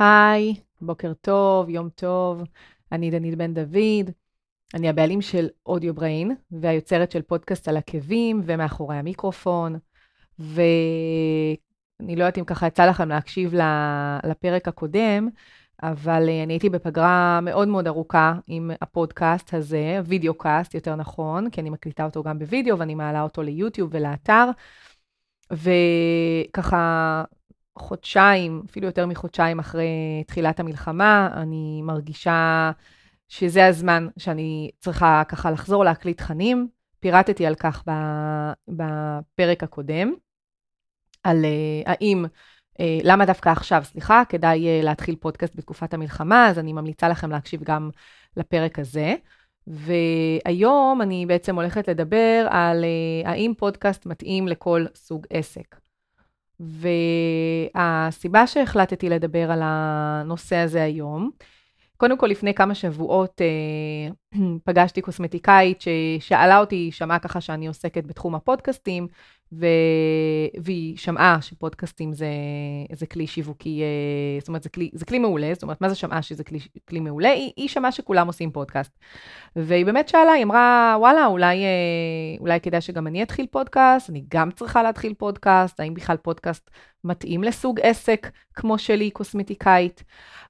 היי, בוקר טוב, יום טוב, אני דנית בן דוד, אני הבעלים של אודיו בריין והיוצרת של פודקאסט על עקבים ומאחורי המיקרופון, ואני לא יודעת אם ככה יצא לכם להקשיב לפרק הקודם, אבל אני הייתי בפגרה מאוד מאוד ארוכה עם הפודקאסט הזה, וידאו קאסט יותר נכון, כי אני מקליטה אותו גם בווידאו ואני מעלה אותו ליוטיוב ולאתר, וככה חודשיים, אפילו יותר מחודשיים אחרי תחילת המלחמה, אני מרגישה שזה הזמן שאני צריכה ככה לחזור להקליט תכנים. פירטתי על כך בפרק הקודם, על למה דווקא עכשיו, כדאי להתחיל פודקאסט בתקופת המלחמה, אז אני ממליצה לכם להקשיב גם לפרק הזה. והיום אני בעצם הולכת לדבר על האם פודקאסט מתאים לכל סוג עסק. והסיבה שהחלטתי לדבר על הנושא הזה היום, קודם כל לפני כמה שבועות פגשתי קוסמטיקאית ששאלה אותי, שמעה ככה שאני עוסקת בתחום הפודקאסטים, והיא שמעה שפודקאסטים זה כלי שיווקי, זאת אומרת זה כלי מעולה, זאת אומרת מה זה שמעה שזה כלי מעולה? היא שמעה שכולם עושים פודקאסט. והיא באמת שאלה, היא אמרה, וואלה, אולי כדאי שגם אני אתחיל פודקאסט, אני גם צריכה להתחיל פודקאסט, האם בכלל פודקאסט מתאים לסוג עסק כמו שלי, קוסמטיקאית,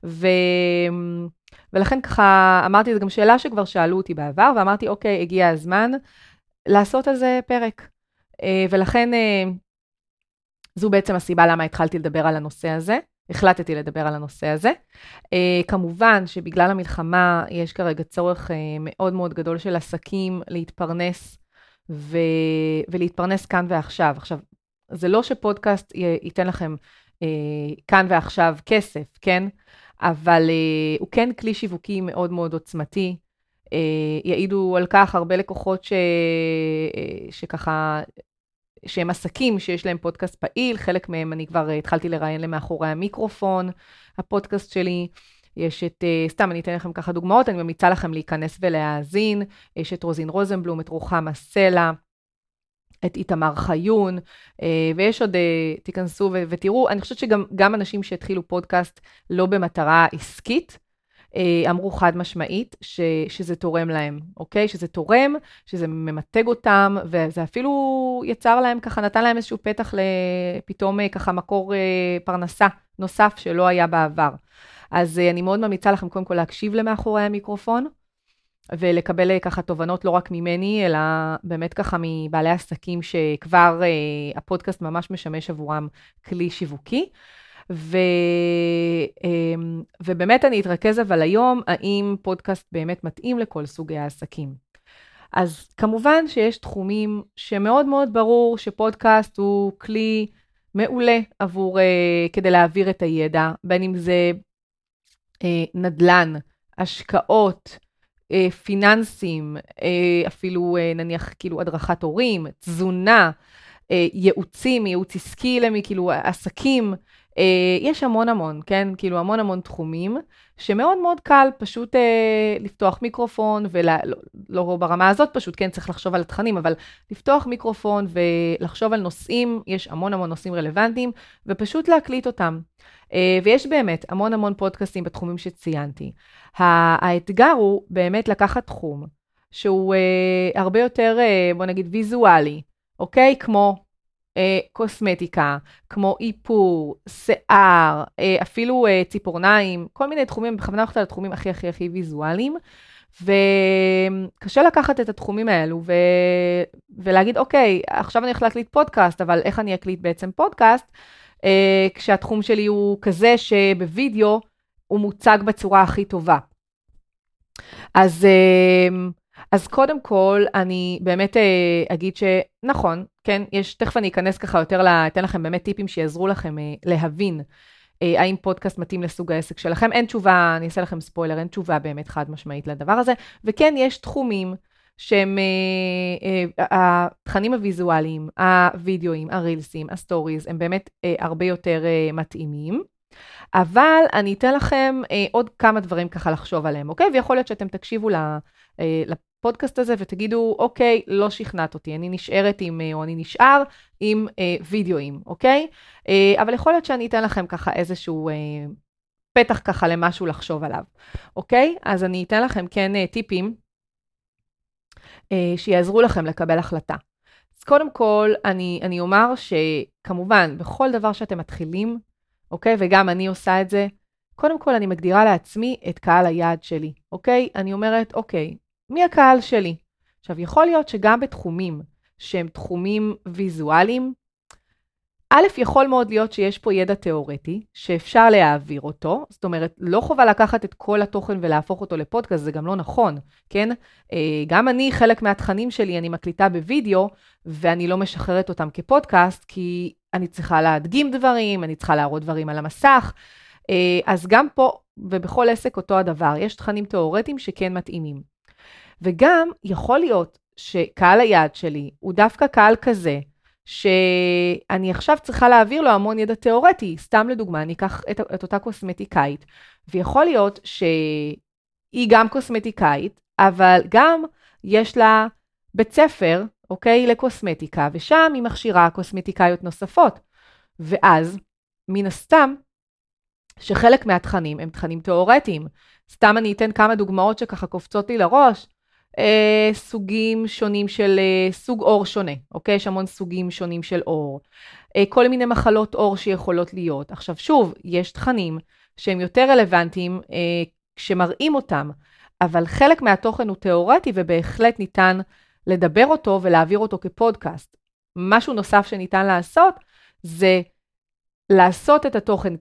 ולכן ככה אמרתי, זו גם שאלה שכבר שאלו אותי בעבר, ואמרתי, אוקיי, הגיע הזמן לעשות על זה פרק. ולכן זו בעצם הסיבה למה התחלתי לדבר על הנושא הזה, החלטתי לדבר על הנושא הזה. כמובן שבגלל המלחמה יש כרגע צורך מאוד מאוד גדול של עסקים להתפרנס, ולהתפרנס כאן ועכשיו. עכשיו, זה לא שפודקאסט ייתן לכם כאן ועכשיו כסף, כן? אבל הוא כן כלי שיווקי מאוד מאוד עוצמתי. יעידו על כך הרבה לקוחות שככה, שהם עסקים שיש להם פודקאסט פעיל, חלק מהם אני כבר התחלתי לראיין למאחורי המיקרופון, הפודקאסט שלי. יש את, סתם אני אתן לכם ככה דוגמאות, אני ממליצה לכם להיכנס ולהאזין, יש את רוזין רוזנבלום, את רוחמה סלע, את איתמר חיון, ויש עוד, תיכנסו ותראו, אני חושבת שגם אנשים שהתחילו פודקאסט לא במטרה עסקית, אמרו חד משמעית שזה תורם להם, אוקיי? שזה תורם, שזה ממתג אותם, וזה אפילו יצר להם ככה, נתן להם איזשהו פתח לפתאום ככה מקור פרנסה נוסף שלא היה בעבר. אז אני מאוד ממליצה לכם קודם כל להקשיב למאחורי המיקרופון, ולקבל ככה תובנות לא רק ממני, אלא באמת ככה מבעלי עסקים שכבר הפודקאסט ממש משמש עבורם כלי שיווקי. ובאמת אני אתרכז אבל היום, האם פודקאסט באמת מתאים לכל סוגי העסקים. אז כמובן שיש תחומים שמאוד מאוד ברור שפודקאסט הוא כלי מעולה עבור, כדי להעביר את הידע, בין אם זה נדל"ן, השקעות, פיננסים, אפילו נניח כאילו הדרכת הורים, תזונה, ייעוצים, ייעוץ עסקי כאילו עסקים, יש המון, כן? כאילו המון תחומים, שמאוד מאוד קל פשוט לפתוח מיקרופון, לא ברמה הזאת פשוט, כן, צריך לחשוב על התכנים, אבל לפתוח מיקרופון ולחשוב על נושאים, יש המון נושאים רלוונטיים, ופשוט להקליט אותם. ויש באמת המון פודקאסטים בתחומים שציינתי. האתגר הוא באמת לקחת תחום, שהוא הרבה יותר, בוא נגיד, ויזואלי, אוקיי? כמו קוסמטיקה, כמו איפור, שיער, אפילו ציפורניים, כל מיני תחומים, בכוונה הולכת על התחומים הכי ויזואליים, וקשה לקחת את התחומים האלו ולהגיד, אוקיי, עכשיו אני הולכת להקליט פודקאסט, אבל איך אני אקליט בעצם פודקאסט, כשהתחום שלי הוא כזה שבווידאו הוא מוצג בצורה הכי טובה. אז קודם כל, אני באמת אגיד שנכון, כן, תכף אני אכנס ככה יותר, אתן לכם באמת טיפים שיעזרו לכם להבין האם פודקאסט מתאים לסוג העסק שלכם. אין תשובה, אני אעשה לכם ספוילר, אין תשובה באמת חד משמעית לדבר הזה, וכן יש תחומים שהם התכנים הוויזואליים, הווידאוים, הרילסים, הסטוריז, הם באמת הרבה יותר מתאימים. אבל אני אתן לכם עוד כמה דברים ככה לחשוב עליהם, אוקיי? ויכול להיות שאתם תקשיבו לפודקאסט הזה ותגידו, אוקיי, לא שכנעת אותי, אני נשארת או אני נשאר עם וידאוים, אוקיי? אבל יכול להיות שאני אתן לכם ככה איזשהו פתח ככה למשהו לחשוב עליו, אוקיי? אז אני אתן לכם כן טיפים שיעזרו לכם לקבל החלטה. אז קודם כל, אני אומר שכמובן, בכל דבר שאתם מתחילים, אוקיי? וגם אני עושה את זה, קודם כל אני מגדירה לעצמי את קהל היעד שלי, אוקיי? אני אומרת, אוקיי, מי הקהל שלי? עכשיו, יכול להיות שגם בתחומים שהם תחומים ויזואליים, א', יכול מאוד להיות שיש פה ידע תיאורטי, שאפשר להעביר אותו, זאת אומרת, לא חובה לקחת את כל התוכן ולהפוך אותו לפודקאסט, זה גם לא נכון, כן? גם אני, חלק מהתכנים שלי, אני מקליטה בווידאו, ואני לא משחררת אותם כפודקאסט, כי אני צריכה להדגים דברים, אני צריכה להראות דברים על המסך, אז גם פה, ובכל עסק אותו הדבר, יש תכנים תיאורטיים שכן מתאימים. וגם יכול להיות שקהל היעד שלי הוא דווקא קהל כזה, שאני עכשיו צריכה להעביר לו המון ידע תיאורטי. סתם לדוגמה, אני אקח את אותה קוסמטיקאית, ויכול להיות שהיא גם קוסמטיקאית, אבל גם יש לה בית ספר, אוקיי, לקוסמטיקה, ושם היא מכשירה קוסמטיקאיות נוספות. ואז, מן הסתם, שחלק מהתכנים הם תכנים תיאורטיים. סתם אני אתן כמה דוגמאות שככה קופצות לי לראש. סוגים שונים של סוג אור שונה, אוקיי? יש המון סוגים שונים של אור. כל מיני מחלות אור שיכולות להיות. עכשיו שוב, יש תכנים שהם יותר רלוונטיים כשמראים אותם, אבל חלק מהתוכן הוא תיאורטי ובהחלט ניתן לדבר אותו ולהעביר אותו כפודקאסט. משהו נוסף שניתן לעשות זה לעשות את התוכן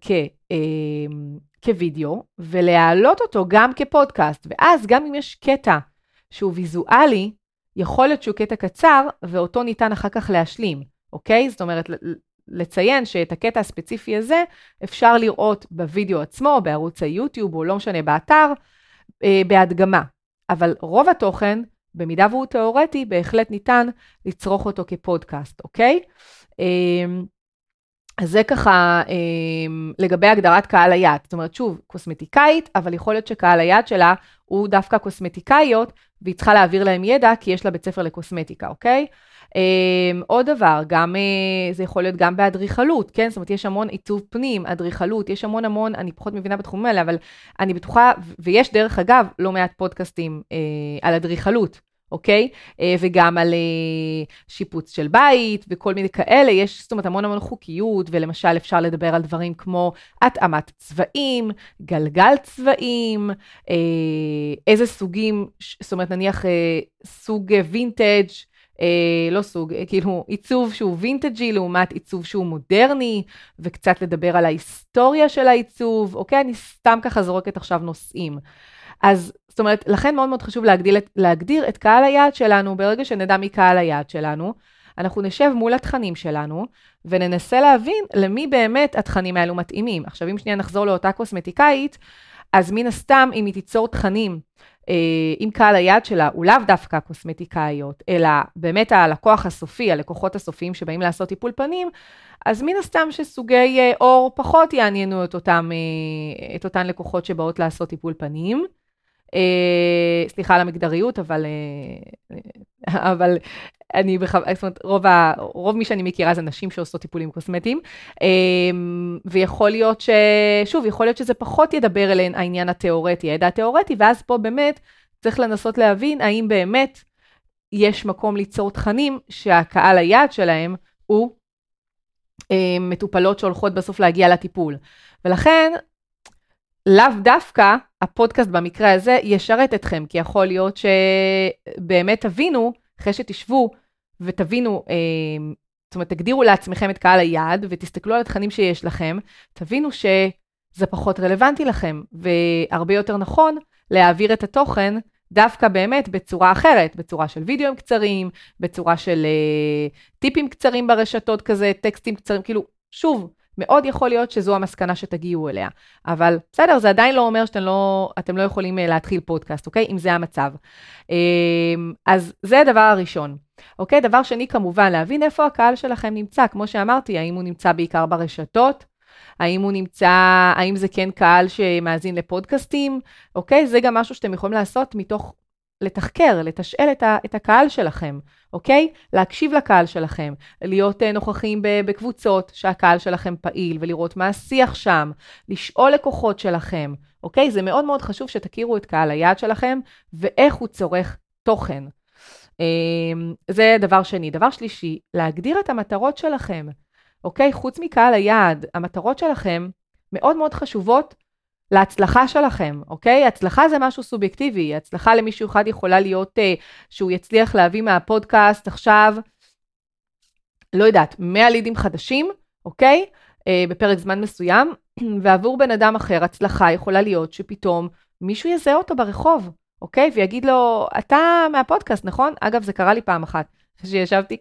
כווידאו ולהעלות אותו גם כפודקאסט, ואז גם אם יש קטע שהוא ויזואלי, יכול להיות שהוא קטע קצר, ואותו ניתן אחר כך להשלים, אוקיי? זאת אומרת, לציין שאת הקטע הספציפי הזה, אפשר לראות בווידאו עצמו, בערוץ היוטיוב, או לא משנה, באתר, בהדגמה. אבל רוב התוכן, במידה והוא תיאורטי, בהחלט ניתן לצרוך אותו כפודקאסט, אוקיי? אז זה ככה לגבי הגדרת קהל היעד. זאת אומרת, שוב, קוסמטיקאית, אבל יכול להיות שקהל היעד שלה הוא דווקא קוסמטיקאיות, והיא צריכה להעביר להם ידע, כי יש לה בית ספר לקוסמטיקה, אוקיי? עוד דבר, גם, זה יכול להיות גם באדריכלות, כן? זאת אומרת, יש המון עיצוב פנים, אדריכלות, יש המון, אני פחות מבינה בתחומים האלה, אבל אני בטוחה, ויש דרך אגב, לא מעט פודקאסטים על אדריכלות, אוקיי? וגם על שיפוץ של בית וכל מיני כאלה, יש זאת אומרת המון חוקיות, ולמשל אפשר לדבר על דברים כמו התאמת צבעים, גלגל צבעים, איזה סוגים, זאת אומרת נניח סוג וינטג', לא סוג, כאילו עיצוב שהוא וינטג'י לעומת עיצוב שהוא מודרני, וקצת לדבר על ההיסטוריה של העיצוב, אוקיי? אני סתם ככה זורקת עכשיו נושאים. אז זאת אומרת, לכן מאוד מאוד חשוב להגדיר את קהל היעד שלנו, ברגע שנדע מי קהל היעד שלנו, אנחנו נשב מול התכנים שלנו, וננסה להבין למי באמת התכנים האלו מתאימים. עכשיו, אם שנייה נחזור לאותה קוסמטיקאית, אז מן הסתם, אם היא תיצור תכנים, אם קהל היעד שלה הוא לאו דווקא קוסמטיקאיות, אלא באמת הלקוח הסופי, הלקוחות הסופיים שבאים לעשות טיפול פנים, אז מן הסתם שסוגי אור פחות יעניינו את אותן לקוחות שבאות לעשות טיפול פנים. סליחה על המגדריות, אבל אני זאת אומרת, רוב מי שאני מכירה זה נשים שעושות טיפולים קוסמטיים, ויכול להיות שוב, יכול להיות שזה פחות ידבר אליהן העניין התיאורטי, הידע התיאורטי, ואז פה באמת צריך לנסות להבין האם באמת יש מקום ליצור תכנים שהקהל היעד שלהם הוא מטופלות שהולכות בסוף להגיע לטיפול. ולכן, לאו דווקא הפודקאסט במקרה הזה ישרת אתכם, כי יכול להיות שבאמת תבינו, אחרי שתשבו ותבינו, זאת אומרת, תגדירו לעצמכם את קהל היעד, ותסתכלו על התכנים שיש לכם, תבינו שזה פחות רלוונטי לכם, והרבה יותר נכון להעביר את התוכן, דווקא באמת בצורה אחרת, בצורה של וידאוים קצרים, בצורה של טיפים קצרים ברשתות כזה, טקסטים קצרים, כאילו, שוב, מאוד יכול להיות שזו המסקנה שתגיעו אליה. אבל בסדר, זה עדיין לא אומר שאתם לא יכולים להתחיל פודקאסט, אוקיי? אם זה המצב. אז זה הדבר הראשון. אוקיי? דבר שני, כמובן, להבין איפה הקהל שלכם נמצא. כמו שאמרתי, האם הוא נמצא בעיקר ברשתות? האם זה כן קהל שמאזין לפודקאסטים? אוקיי? זה גם משהו שאתם יכולים לעשות מתוך לתחקר, לתשאל את הקהל שלכם. אוקיי? להקשיב לקהל שלכם, להיות נוכחים בקבוצות שהקהל שלכם פעיל, ולראות מה השיח שם, לשאול לקוחות שלכם, אוקיי? זה מאוד מאוד חשוב שתכירו את קהל היעד שלכם, ואיך הוא צורך תוכן. זה דבר שני. דבר שלישי, להגדיר את המטרות שלכם, אוקיי? חוץ מקהל היעד, המטרות שלכם מאוד מאוד חשובות להצלחה שלכם, אוקיי? הצלחה זה משהו סובייקטיבי, הצלחה למישהו אחד יכולה להיות שהוא יצליח להביא מהפודקאסט עכשיו, לא יודעת, 100 לידים חדשים, אוקיי? בפרק זמן מסוים, ועבור בן אדם אחר, הצלחה יכולה להיות שפתאום מישהו יזהה אותו ברחוב, אוקיי? ויגיד לו, אתה מהפודקאסט, נכון? אגב, זה קרה לי פעם אחת, שישבתי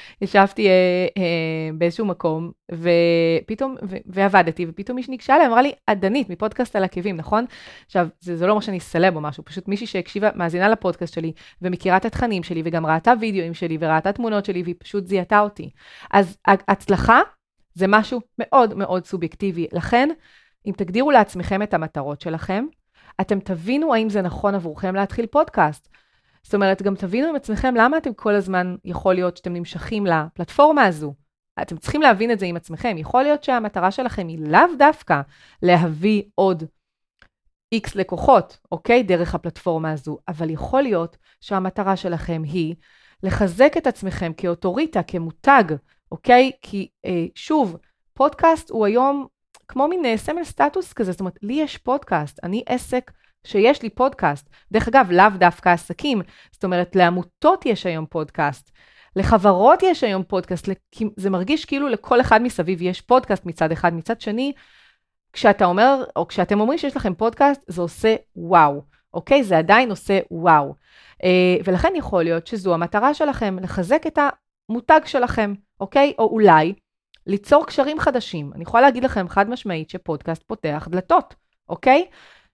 באיזשהו מקום, ופתאום, ועבדתי, ופתאום מישהו ניגשה אליי, אמרה לי, עדנית, מפודקאסט על עקבים, נכון? עכשיו, זה לא אומר שאני סלב או משהו, פשוט מישהי שהקשיבה, מאזינה לפודקאסט שלי, ומכירה את התכנים שלי, וגם ראתה וידאוים שלי, וראתה תמונות שלי, והיא פשוט זיהתה אותי. אז הצלחה זה משהו מאוד מאוד סובייקטיבי. לכן, אם תגדירו לעצמכם את המטרות שלכם, אתם תבינו האם זה נכון עבורכם להתחיל פודקאסט. זאת אומרת, גם תבינו עם עצמכם למה אתם כל הזמן יכול להיות שאתם נמשכים לפלטפורמה הזו. אתם צריכים להבין את זה עם עצמכם. יכול להיות שהמטרה שלכם היא לאו דווקא להביא עוד X לקוחות, אוקיי? דרך הפלטפורמה הזו. אבל יכול להיות שהמטרה שלכם היא לחזק את עצמכם כאוטוריטה, כמותג, אוקיי? כי שוב, פודקאסט הוא היום כמו מין סמל סטטוס כזה. זאת אומרת, לי יש פודקאסט, אני עסק שיש לי פודקאסט. דרך אגב, לאו דווקא עסקים. זאת אומרת, לעמותות יש היום פודקאסט. לחברות יש היום פודקאסט. זה מרגיש כאילו לכל אחד מסביב יש פודקאסט מצד אחד. מצד שני, כשאתה אומר, או כשאתם אומרים שיש לכם פודקאסט, זה עושה וואו. אוקיי? זה עדיין עושה וואו. ולכן יכול להיות שזו המטרה שלכם, לחזק את המותג שלכם. אוקיי? או אולי ליצור קשרים חדשים. אני יכולה להגיד לכם חד משמעית שפודקאסט פותח דלתות. אוקיי?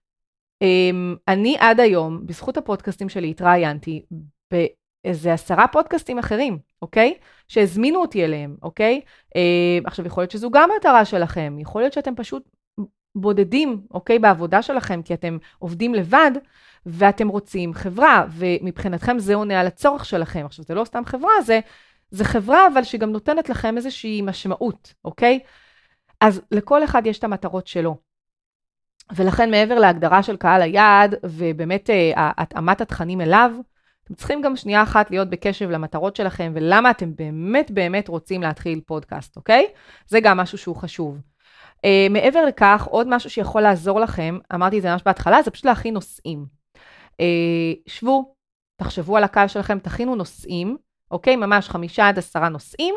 אני עד היום, בזכות הפודקאסטים שלי, התראיינתי באיזה 10 פודקאסטים אחרים, אוקיי? שהזמינו אותי אליהם, אוקיי? עכשיו, יכול להיות שזו גם מטרה שלכם, יכול להיות שאתם פשוט בודדים, אוקיי? בעבודה שלכם, כי אתם עובדים לבד, ואתם רוצים חברה, ומבחינתכם זה עונה על הצורך שלכם. עכשיו, זה לא סתם חברה, זה חברה, אבל שגם נותנת לכם איזושהי משמעות, אוקיי? אז לכל אחד יש את המטרות שלו. ולכן מעבר להגדרה של קהל היעד, ובאמת התאמת התכנים אליו, אתם צריכים גם שנייה אחת להיות בקשב למטרות שלכם, ולמה אתם באמת באמת רוצים להתחיל פודקאסט, אוקיי? זה גם משהו שהוא חשוב. מעבר לכך, עוד משהו שיכול לעזור לכם, אמרתי את זה ממש בהתחלה, זה פשוט להכין נושאים. שבו, תחשבו על הקהל שלכם, תכינו נושאים, אוקיי? ממש 5-10 נושאים,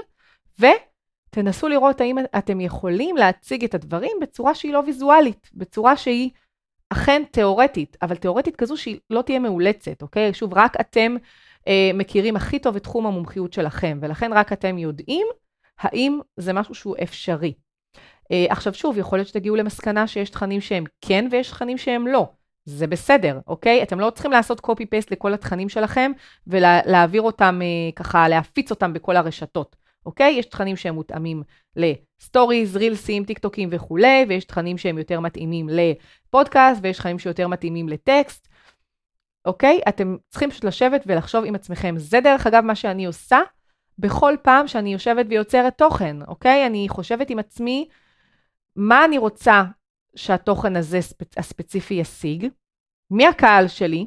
תנסו לראות האם אתם יכולים להציג את הדברים בצורה שהיא לא ויזואלית, בצורה שהיא אכן תיאורטית, אבל תיאורטית כזו שהיא לא תהיה מאולצת, אוקיי? שוב, רק אתם מכירים הכי טוב את תחום המומחיות שלכם, ולכן רק אתם יודעים האם זה משהו שהוא אפשרי. עכשיו שוב, יכול להיות שתגיעו למסקנה שיש תכנים שהם כן ויש תכנים שהם לא. זה בסדר, אוקיי? אתם לא צריכים לעשות copy-paste לכל התכנים שלכם, ולהעביר אותם ככה, להפיץ אותם בכל הרשתות. אוקיי? יש תכנים שהם מותאמים לסטוריז, רילסים, טיקטוקים וכו', ויש תכנים שהם יותר מתאימים לפודקאסט, ויש תכנים שיותר מתאימים לטקסט. אוקיי? אתם צריכים פשוט לשבת ולחשוב עם עצמכם. זה דרך אגב מה שאני עושה בכל פעם שאני יושבת ויוצרת תוכן, אוקיי? אני חושבת עם עצמי מה אני רוצה שהתוכן הזה הספציפי ישיג, מי הקהל שלי,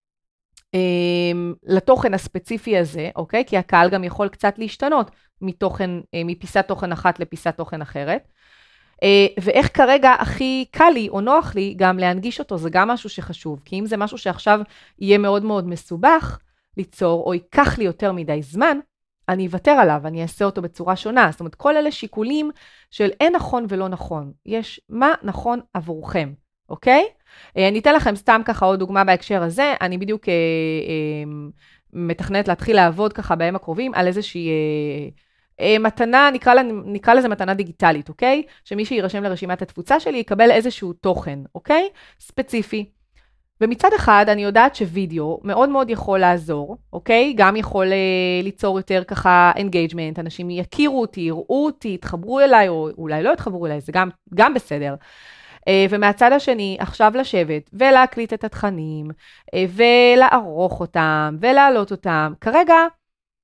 לתוכן הספציפי הזה, אוקיי? כי הקהל גם יכול קצת להשתנות מפיסת תוכן אחת לפיסת תוכן אחרת. ואיך כרגע הכי קל לי או נוח לי גם להנגיש אותו, זה גם משהו שחשוב. כי אם זה משהו שעכשיו יהיה מאוד מאוד מסובך ליצור, או ייקח לי יותר מדי זמן, אני אוותר עליו, אני אעשה אותו בצורה שונה. זאת אומרת, כל אלה שיקולים של אין נכון ולא נכון. יש מה נכון עבורכם, אוקיי? אני אתן לכם סתם ככה עוד דוגמה בהקשר הזה. אני בדיוק מתכננת להתחיל לעבוד ככה בימים הקרובים על איזושהי מתנה, נקרא לזה מתנה דיגיטלית, אוקיי? שמי שירשם לרשימת התפוצה שלי יקבל איזשהו תוכן, אוקיי? ספציפי. ומצד אחד אני יודעת שווידאו מאוד מאוד יכול לעזור, אוקיי? גם יכול ליצור יותר ככה engagement, אנשים יכירו אותי, יראו אותי, יתחברו אליי, או אולי לא יתחברו אליי, זה גם בסדר. ומהצד השני, עכשיו לשבת ולהקליט את התכנים, ולערוך אותם, ולהעלות אותם. כרגע,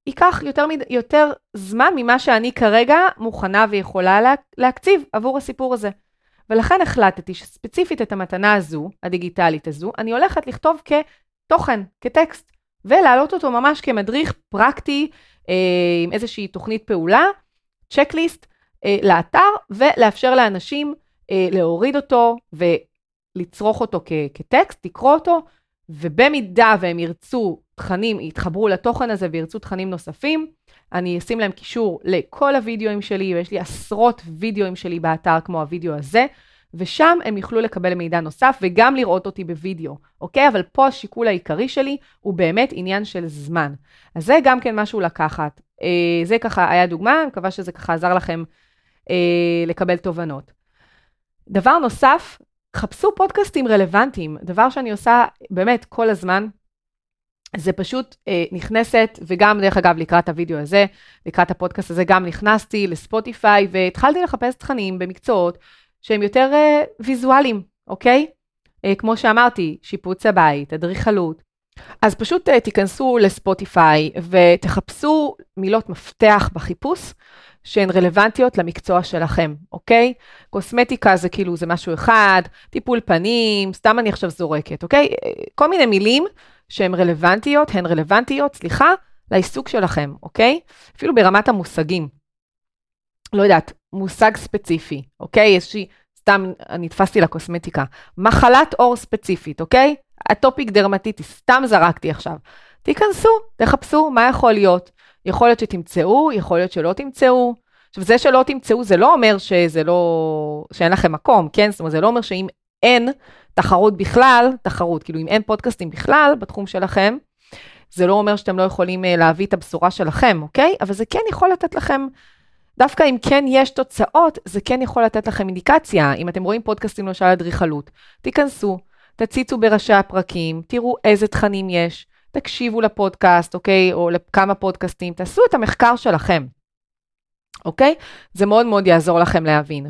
ייקח יותר זמן ממה שאני כרגע מוכנה ויכולה להקציב עבור הסיפור הזה. ולכן החלטתי שספציפית את המתנה הזו, הדיגיטלית הזו, אני הולכת לכתוב כתוכן, כטקסט, ולהעלות אותו ממש כמדריך פרקטי, עם איזושהי תוכנית פעולה, צ'קליסט, לאתר, ולאפשר לאנשים להוריד אותו ולצרוך אותו כטקסט, לקרוא אותו, ובמידה והם ירצו תכנים, יתחברו לתוכן הזה וירצו תכנים נוספים, אני אשים להם קישור לכל הוידאוים שלי, ויש לי עשרות וידאוים שלי באתר כמו הוידאו הזה, ושם הם יוכלו לקבל מידע נוסף וגם לראות אותי בוידאו, אוקיי? אבל פה השיקול העיקרי שלי הוא באמת עניין של זמן. אז זה גם כן משהו לקחת. זה ככה היה דוגמה, אני מקווה שזה ככה עזר לכם לקבל תובנות. דבר נוסף, חפשו פודקאסטים רלוונטיים, דבר שאני עושה באמת כל הזמן, זה פשוט נכנסת, וגם דרך אגב לקראת הוידאו הזה, לקראת הפודקאסט הזה גם נכנסתי לספוטיפיי, והתחלתי לחפש תכנים במקצועות שהם יותר ויזואליים, אוקיי? כמו שאמרתי, שיפוץ הבית, אדריכלות. אז פשוט תיכנסו לספוטיפיי ותחפשו מילות מפתח בחיפוש, שהן רלוונטיות למקצוע שלכם, אוקיי? קוסמטיקה זה כאילו, זה משהו אחד, טיפול פנים, סתם אני עכשיו זורקת, אוקיי? כל מיני מילים שהן רלוונטיות, לעיסוק שלכם, אוקיי? אפילו ברמת המושגים. לא יודעת, מושג ספציפי, אוקיי? סתם אני תפסתי לקוסמטיקה. מחלת עור ספציפית, אוקיי? אטופיק דרמטיטיס, סתם זרקתי עכשיו. תיכנסו, תחפשו מה יכול להיות. יכול להיות שתמצאו, יכול להיות שלא תמצאו. עכשיו, זה שלא תמצאו, זה לא אומר שאין לכם מקום, כן? זאת אומרת, זה לא אומר שאם אין תחרות בכלל, כאילו אם אין פודקאסטים בכלל בתחום שלכם, זה לא אומר שאתם לא יכולים להביא את הבשורה שלכם, אוקיי? אבל זה כן יכול לתת לכם, דווקא אם כן יש תוצאות, זה כן יכול לתת לכם אינדיקציה. אם אתם רואים פודקאסטים למשל אדריכלות, תיכנסו, תציצו בראשי הפרקים, תראו איזה תכנים יש, תקשיבו לפודקאסט, אוקיי? או לכמה פודקאסטים, תעשו את המחקר שלכם, אוקיי? זה מאוד מאוד יעזור לכם להבין.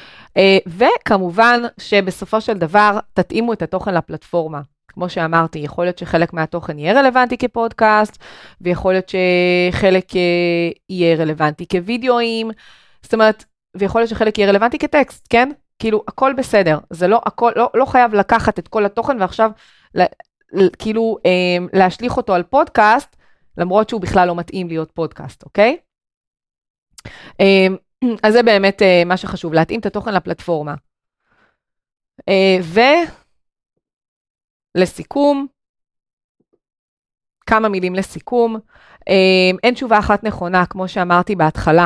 וכמובן שבסופו של דבר תתאימו את התוכן לפלטפורמה. כמו שאמרתי, יכול להיות שחלק מהתוכן יהיה רלוונטי כפודקאסט, ויכול להיות שחלק יהיה רלוונטי כווידאוים, זאת אומרת, ויכול להיות שחלק יהיה רלוונטי כטקסט, כן? כאילו, הכל בסדר. זה לא, הכל, לא חייב לקחת את כל התוכן, ועכשיו, כאילו, להשליך אותו על פודקאסט, למרות שהוא בכלל לא מתאים להיות פודקאסט, אוקיי? אז זה באמת מה שחשוב, להתאים את התוכן לפלטפורמה. ולסיכום, כמה מילים לסיכום, אין תשובה אחת נכונה, כמו שאמרתי בהתחלה.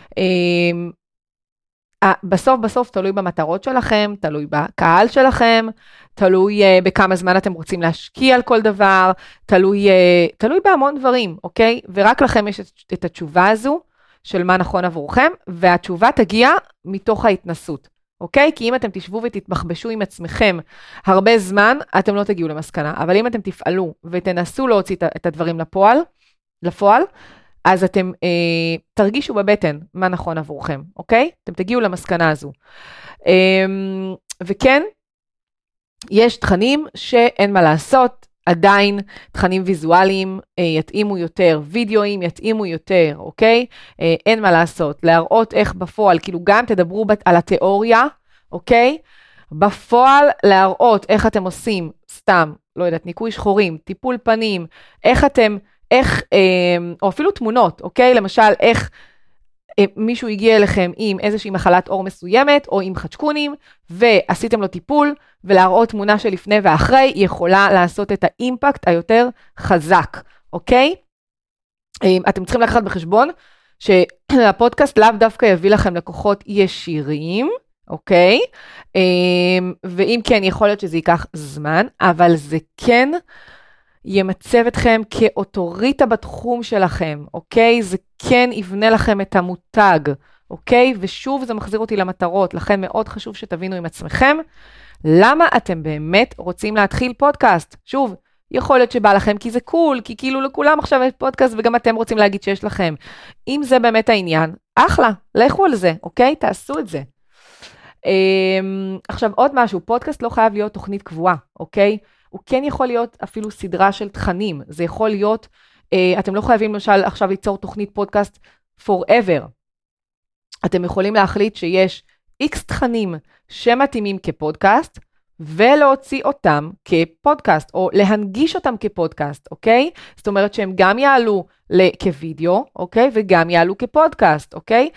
בסוף תלוי במטרות שלכם, תלוי בקהל שלכם, תלוי בכמה זמן אתם רוצים להשקיע על כל דבר, תלוי בהמון דברים, אוקיי? ורק לכם יש את התשובה הזו, של מה נכון עבורכם, והתשובה תגיע מתוך ההתנסות, אוקיי? כי אם אתם תשבו ותתמחבשו עם עצמכם הרבה זמן, אתם לא תגיעו למסקנה. אבל אם אתם תפעלו ותנסו להוציא את הדברים לפועל, אז אתם תרגישו בבטן מה נכון עבורכם, אוקיי? אתם תגיעו למסקנה הזו. וכן, יש תכנים שאין מה לעשות, עדיין תכנים ויזואליים יתאימו יותר, וידאוים יתאימו יותר, אוקיי? אין מה לעשות, להראות איך בפועל, כאילו גם תדברו על התיאוריה, אוקיי? בפועל להראות איך אתם עושים, סתם, לא יודעת, ניקוי שחורים, טיפול פנים, או אפילו תמונות, אוקיי? למשל, איך מישהו הגיע אליכם עם איזושהי מחלת עור מסוימת, או עם חדשקונים, ועשיתם לו טיפול, ולהראות תמונה של לפני ואחרי, יכולה לעשות את האימפקט היותר חזק, אוקיי? אתם צריכים לקחת בחשבון, שהפודקאסט לאו דווקא יביא לכם לקוחות ישירים, אוקיי? ואם כן, יכול להיות שזה ייקח זמן, אבל זה כן ימצב אתכם כאוטוריטה בתחום שלכם, אוקיי? זה כן יבנה לכם את המותג, אוקיי? ושוב זה מחזיר אותי למטרות, לכן מאוד חשוב שתבינו עם עצמכם, למה אתם באמת רוצים להתחיל פודקאסט? שוב, יכול להיות שבא לכם כי זה קול, כי כאילו לכולם עכשיו יש פודקאסט וגם אתם רוצים להגיד שיש לכם. אם זה באמת העניין, אחלה, לכו על זה, אוקיי? תעשו את זה. עכשיו עוד משהו, פודקאסט לא חייב להיות תוכנית קבועה, אוקיי? הוא כן יכול להיות אפילו סדרה של תכנים, זה יכול להיות אתם לא חייבים למשל עכשיו ליצור תוכנית פודקאסט forever. אתם יכולים להחליט שיש X תכנים שמתאימים כפודקאסט, ולהוציא אותם כפודקאסט, או להנגיש אותם כפודקאסט, אוקיי? זאת אומרת שהם גם יעלו כווידאו, אוקיי? וגם יעלו כפודקאסט, אוקיי?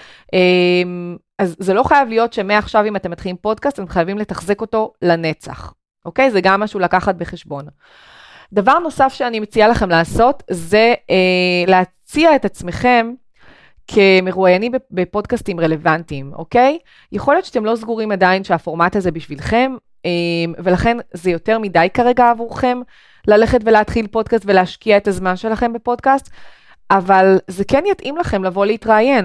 אז זה לא חייב להיות שמעכשיו אם אתם מתחילים פודקאסט, אתם חייבים לתחזק אותו לנצח, אוקיי? זה גם משהו לקחת בחשבון. דבר נוסף שאני מציעה לכם לעשות, זה להציע את עצמכם כמרואיינים בפודקאסטים רלוונטיים, אוקיי? יכול להיות שאתם לא סגורים עדיין שהפורמט הזה בשבילכם, ולכן זה יותר מדי כרגע עבורכם, ללכת ולהתחיל פודקאסט ולהשקיע את הזמן שלכם בפודקאסט, אבל זה כן יתאים לכם לבוא להתראיין,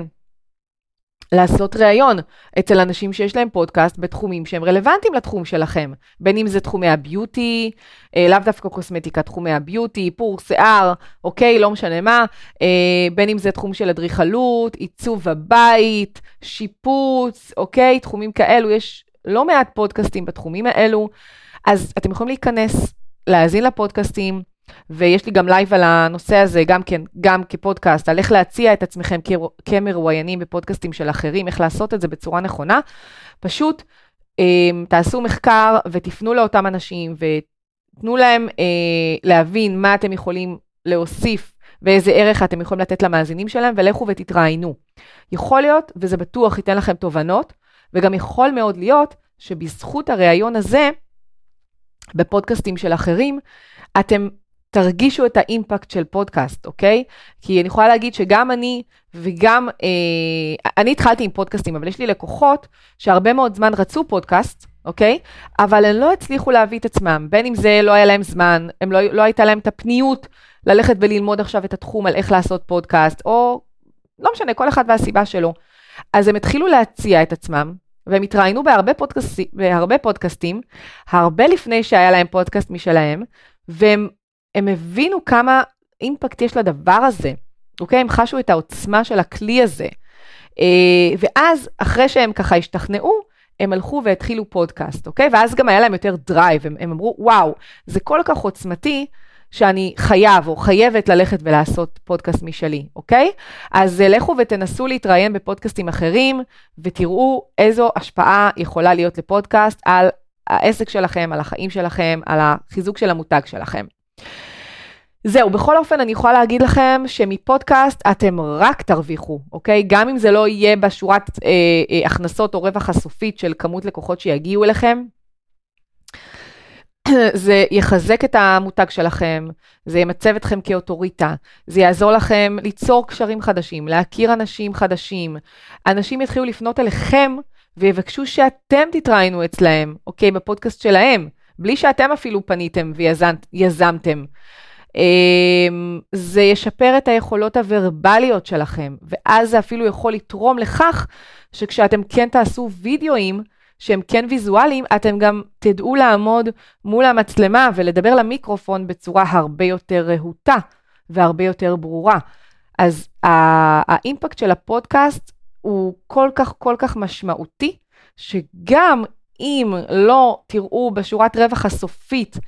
לעשות ראיון אצל אנשים שיש להם פודקאסט בתחומים שהם רלוונטיים לתחום שלכם, בין אם זה תחומי הביוטי, לאו דווקא קוסמטיקה, תחומי הביוטי, איפור שיער, אוקיי, לא משנה מה, בין אם זה תחום של אדריכלות, עיצוב הבית, שיפוץ, אוקיי, תחומים כאלו, יש לא מעט פודקאסטים בתחומים האלו, אז אתם יכולים להיכנס, להאזין לפודקאסטים, ויש לי גם לייב על הנושא הזה, גם כפודקאסט, על איך להציע את עצמכם כמרואיינים בפודקאסטים של אחרים, איך לעשות את זה בצורה נכונה. פשוט תעשו מחקר ותפנו לאותם אנשים, ותנו להם להבין מה אתם יכולים להוסיף, ואיזה ערך אתם יכולים לתת למאזינים שלהם, ולכו ותתראיינו. יכול להיות, וזה בטוח ייתן לכם תובנות, וגם יכול מאוד להיות שבזכות הראיון הזה, בפודקאסטים של אחרים, אתם תרגישו את האימפקט של פודקאסט, אוקיי? כי אני יכולה להגיד שגם אני וגם, אני התחלתי עם פודקאסטים, אבל יש לי לקוחות שהרבה מאוד זמן רצו פודקאסט, אוקיי? אבל הם לא הצליחו להביא את עצמם, בין אם זה לא היה להם זמן, לא הייתה להם את הפניות ללכת וללמוד עכשיו את התחום על איך לעשות פודקאסט, או לא משנה, כל אחד והסיבה שלו. אז הם התחילו להציע את עצמם, והם התראיינו בהרבה פודקאסטים, הרבה לפני שהיה להם פודקאסט משלהם, והם הבינו כמה אימפקט יש לדבר הזה, אוקיי? הם חשו את העוצמה של הכלי הזה, ואז אחרי שהם ככה השתכנעו, הם הלכו והתחילו פודקאסט, אוקיי? ואז גם היה להם יותר דרייב, הם אמרו, וואו, זה כל כך עוצמתי, שאני חייב או חייבת ללכת ולעשות פודקאסט משלי, אוקיי? אז לכו ותנסו להתראיין בפודקאסטים אחרים, ותראו איזו השפעה יכולה להיות לפודקאסט על העסק שלכם, על החיים שלכם, על החיזוק של המותג שלכם. זהו, בכל אופן אני יכולה להגיד לכם שמפודקאסט אתם רק תרוויחו, אוקיי? גם אם זה לא יהיה בשורת הכנסות או רווח הסופית של כמות לקוחות שיגיעו אליכם, זה יחזק את המותג שלכם, זה ימצב אתכם כאוטוריטה, זה יעזור לכם ליצור קשרים חדשים, להכיר אנשים חדשים, אנשים יתחילו לפנות אליכם ויבקשו שאתם תתראיינו אצלהם, אוקיי, בפודקאסט שלהם, בלי שאתם אפילו פניתם ויזמתם. זה ישפר את היכולות הוורבליות שלכם, ואז זה אפילו יכול לתרום לכך שכשאתם כן תעשו וידאוים, שהם כן ויזואליים, אתם גם תדעו לעמוד מול המצלמה ולדבר למיקרופון בצורה הרבה יותר רהוטה והרבה יותר ברורה. אז האימפקט של הפודקאסט הוא כל כך משמעותי, שגם אם לא תראו בשורת רווח הסופית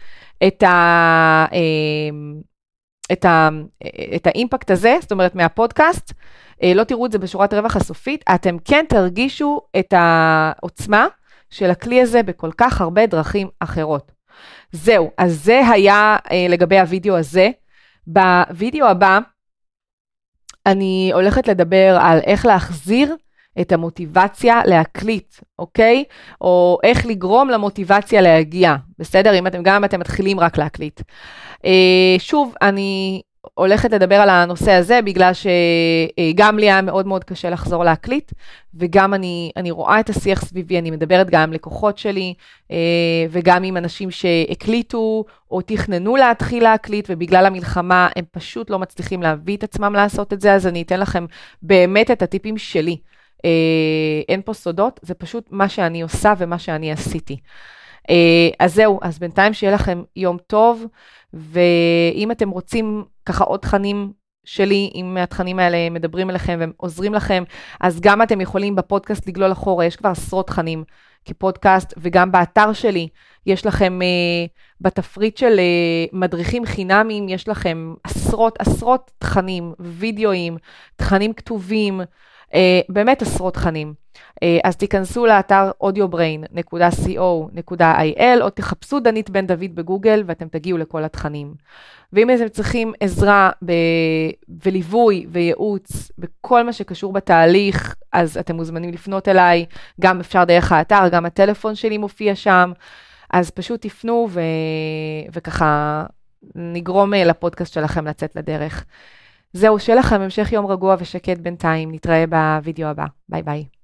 את האימפקט הזה, זאת אומרת מהפודקאסט, לא תראו את זה בשורת רווח הסופית, אתם כן תרגישו את העוצמה של הכלי הזה בכל כך הרבה דרכים אחרות. זהו, אז זה היה לגבי הוידאו הזה. בוידאו הבא, אני הולכת לדבר על איך להחזיר את המוטיבציה להקליט, אוקיי? או איך לגרום למוטיבציה להגיע, בסדר? אם אתם מתחילים רק להקליט. שוב, אני הולכת לדבר על הנושא הזה, בגלל שגם לי היה מאוד מאוד קשה לחזור להקליט, וגם אני רואה את השיח סביבי, אני מדברת גם עם לקוחות שלי, וגם עם אנשים שהקליטו, או תכננו להתחיל להקליט, ובגלל המלחמה הם פשוט לא מצליחים להביא את עצמם לעשות את זה, אז אני אתן לכם באמת את הטיפים שלי. אין פה סודות, זה פשוט מה שאני עושה ומה שאני עשיתי. אז זהו, אז בינתיים שיהיה לכם יום טוב, ואם אתם רוצים ככה עוד תכנים שלי, אם התכנים האלה מדברים אליכם ועוזרים לכם, אז גם אתם יכולים בפודקאסט לגלול אחורה, יש כבר עשרות תכנים כפודקאסט, וגם באתר שלי יש לכם, בתפריט של מדריכים חינמיים, יש לכם עשרות תכנים, וידאוים, תכנים כתובים, באמת עשרות תכנים. אז תיכנסו לאתר audiobrain.co.il, או תחפשו דנית בן דוד בגוגל, ואתם תגיעו לכל התכנים. ואם אתם צריכים עזרה וליווי וייעוץ בכל מה שקשור בתהליך, אז אתם מוזמנים לפנות אליי, גם אפשר דרך האתר, גם הטלפון שלי מופיע שם, אז פשוט תפנו וככה נגרום לפודקאסט שלכם לצאת לדרך. זהו, שיהיה לכם המשך יום רגוע ושקט בינתיים, נתראה בווידאו הבא, ביי ביי.